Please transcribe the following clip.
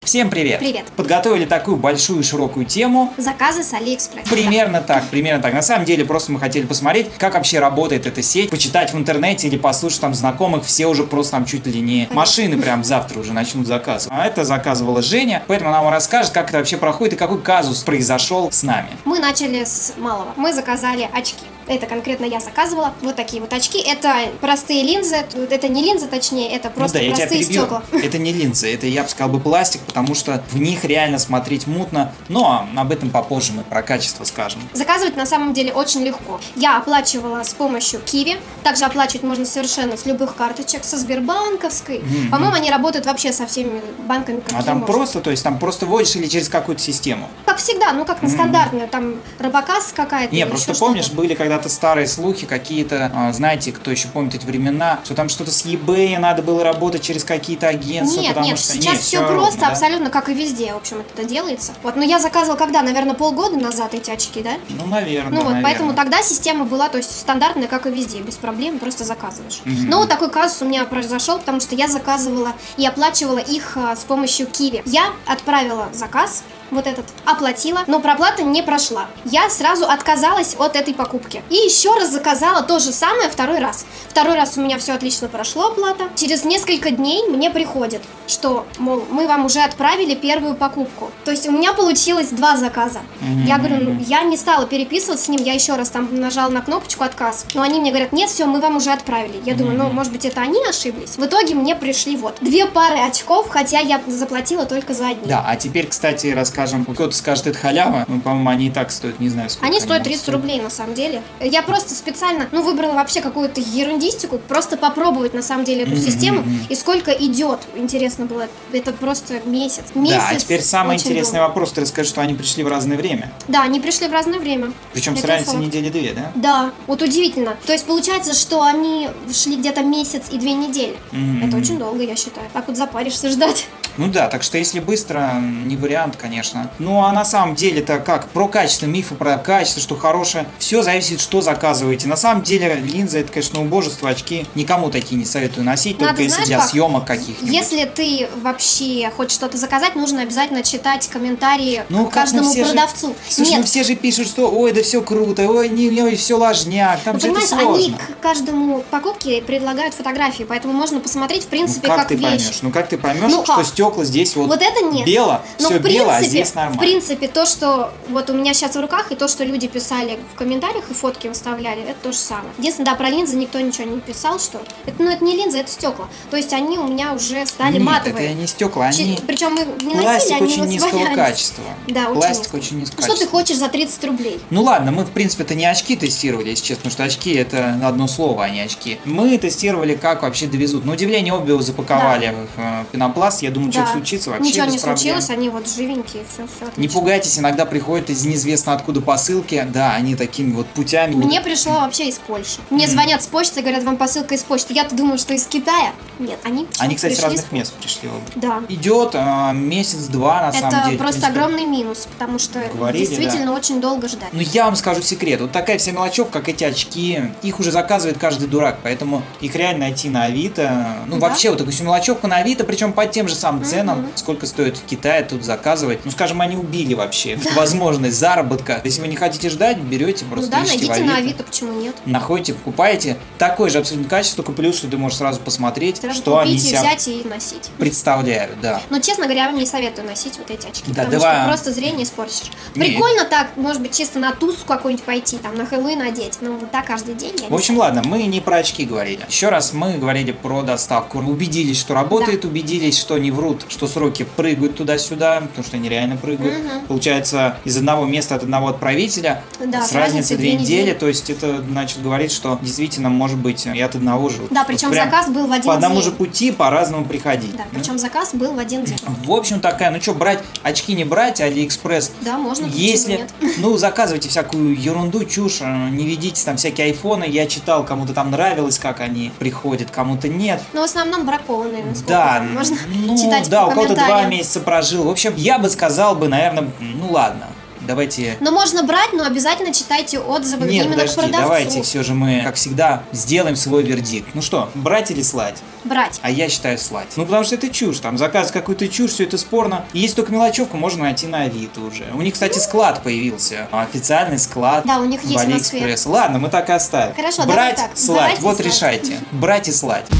Всем привет! Привет! Подготовили такую большую широкую тему. Заказы с Алиэкспресс. Примерно так. На самом деле, просто мы хотели посмотреть, как вообще работает эта сеть, почитать в интернете или послушать там знакомых. Все уже просто там чуть ли не машины прям завтра уже начнут заказывать. А это заказывала Женя, поэтому она вам расскажет, как это вообще проходит и какой казус произошел с нами. Мы начали с малого. Мы заказали очки. Это конкретно я заказывала. Вот такие вот очки. Это простые линзы. Это не линзы, точнее, это просто простые стекла. Это не линзы, это, я бы сказал, пластик, потому что в них реально смотреть мутно. Но об этом попозже мы про качество скажем. Заказывать на самом деле очень легко. Я оплачивала с помощью Киви. Также оплачивать можно совершенно с любых карточек, со Сбербанковской. По-моему, они работают вообще со всеми банками. А там просто, то есть там просто вводишь или через какую-то систему? Как всегда, ну как на стандартную, там робокасс какая-то. Не, просто помнишь, были когда-то старые слухи какие-то, знаете, кто еще помнит эти времена, что там что-то с eBay надо было работать через какие-то агентства. Нет, сейчас все просто, абсолютно как и везде, в общем, это делается. Вот, но я заказывала когда, наверное, полгода назад эти очки, да? Ну, наверное. Ну вот, поэтому тогда система была, то есть стандартная, как и везде, без проблем, просто заказываешь. Но вот такой казус у меня произошел, потому что я заказывала и оплачивала их с помощью Киви. Я отправила заказ, вот этот, оплатила, но проплата не прошла. Я сразу отказалась от этой покупки. И еще раз заказала то же самое второй раз. Второй раз у меня все отлично прошло, оплата. Через несколько дней мне приходит, что, мол, мы вам уже отправили первую покупку. То есть у меня получилось 2 заказа. Я говорю, я не стала переписываться с ним, я еще раз там нажала на кнопочку отказ. Но они мне говорят, нет, все, мы вам уже отправили. Я думаю, ну, может быть, это они ошиблись. В итоге мне пришли вот 2 пары очков, хотя я заплатила только за одни. Да, а теперь, кстати, расскажем, кто-то скажет, это халява, ну, по-моему, они и так стоят, не знаю, сколько. Они стоят 30 рублей, на самом деле. Я просто специально, выбрала вообще какую-то ерундистику, просто попробовать, на самом деле, эту систему, и сколько идет, интересно было, это просто месяц. Да, а теперь самый интересный вопрос, ты расскажи, что они пришли в разное время. Да, они пришли в разное время. Причем с разницей недели 2, да? Да, вот удивительно. То есть получается, что они шли где-то месяц и 2 недели. Это очень долго, я считаю. Так вот запаришься ждать. Ну да, так что если быстро, не вариант, конечно. Ну а на самом деле-то как? Про качество, мифы про качество, что хорошее. Все зависит, что заказываете. На самом деле линзы, это, конечно, убожество, очки. Никому такие не советую носить, только если для съемок каких-нибудь. Если ты вообще хочешь что-то заказать, нужно обязательно читать комментарии каждому продавцу. Слушай, ну все же пишут, что ой, да все круто, ой, все ложняк, там же это сложно. Они к каждому покупке предлагают фотографии, поэтому можно посмотреть, в принципе, как вещь. Как ты поймешь, что стекла здесь вот это нет. Бело, все бело, а здесь нормально. В принципе, то, что вот у меня сейчас в руках, и то, что люди писали в комментариях и фотки выставляли, это то же самое. Единственное, да, про линзы никто ничего не писал, что это не линзы, это стекла. То есть они у меня уже стали матовые. Это не стекла, они... Причем мы не пластик носили, очень низкого качества. Да, пластик очень низкого качества. Что ты хочешь за 30 рублей? Ну ладно, мы в принципе-то не очки тестировали, если честно, потому что очки это одно слово, а не очки. Мы тестировали, как вообще довезут. На удивление обе его запаковали в пенопласт. Я думаю, что-то случится вообще. Ничего не случилось, они вот живенькие, все отлично. Не пугайтесь, иногда приходят из неизвестно откуда посылки, да, они такими вот путями. Мне пришло вообще из Польши. Мне звонят с почты, говорят, вам посылка из почты. Я-то думаю, что из Китая. Нет, они кстати, с разных мест пришли. Да. Идет месяц-два, на самом деле. Это просто огромный минус, потому что действительно очень долго ждать. Ну, я вам скажу секрет. Вот такая вся мелочевка, как эти очки, их уже заказывает каждый дурак, поэтому их реально найти на Авито. Ну, вообще, вот такую всю мелочевку на Авито, причем по тем же самым ценам, сколько стоит в Китае тут заказывать. Ну, скажем, они убили вообще возможность заработка. Если вы не хотите ждать, берете, просто ищите в найдите на Авито, почему нет? Находите, покупаете. Такое же абсолютно качество, только плюс, что ты можешь сразу посмотреть, что они себя взять и носить. Представляют, да. Но, честно говоря, я вам не советую носить вот эти очки, да, потому что просто зрение испортишь. Прикольно так, может быть, чисто на тусу какую-нибудь пойти, там, на Хэллоуин надеть, но вот так каждый день я В общем, ладно, мы не про очки говорили. Еще раз мы говорили про доставку. Убедились, что работает, убедились, что не врут, что сроки прыгают туда-сюда, потому что они реально прыгают. Получается, из одного места от одного отправителя с разницей 2 недели. То есть это, значит, говорит, что действительно может быть и от одного же. Да, причем заказ был в один день. По одному же пути, по-разному приходить. Да, причем заказ был в один день. В общем, такая, ну что, брать очки, не брать, Алиэкспресс. Да, можно. Если, заказывайте всякую ерунду, чушь, не ведите там всякие айфоны. Я читал, кому-то там нравилось, как они приходят, кому-то нет. Но в основном бракованные. Да, можно читать да, у кого-то 2 месяца прожил. В общем, я бы сказал, наверное, ну ладно. давайте... Но можно брать, но обязательно читайте отзывы Нет, именно подожди, к продавцу. давайте все же мы, как всегда, сделаем свой вердикт. Ну что, брать или слать? Брать. А я считаю слать. Ну, потому что это чушь. Там заказ какую-то чушь, все это спорно. И если только мелочевку можно найти на Авито уже. У них, кстати, склад появился. Официальный склад. Да, у них есть в в Москве. Алиэкспресс. Ладно, мы так и оставим. Хорошо, брать, давай так. слать. Брать и Вот слать. решайте. Брать и слать.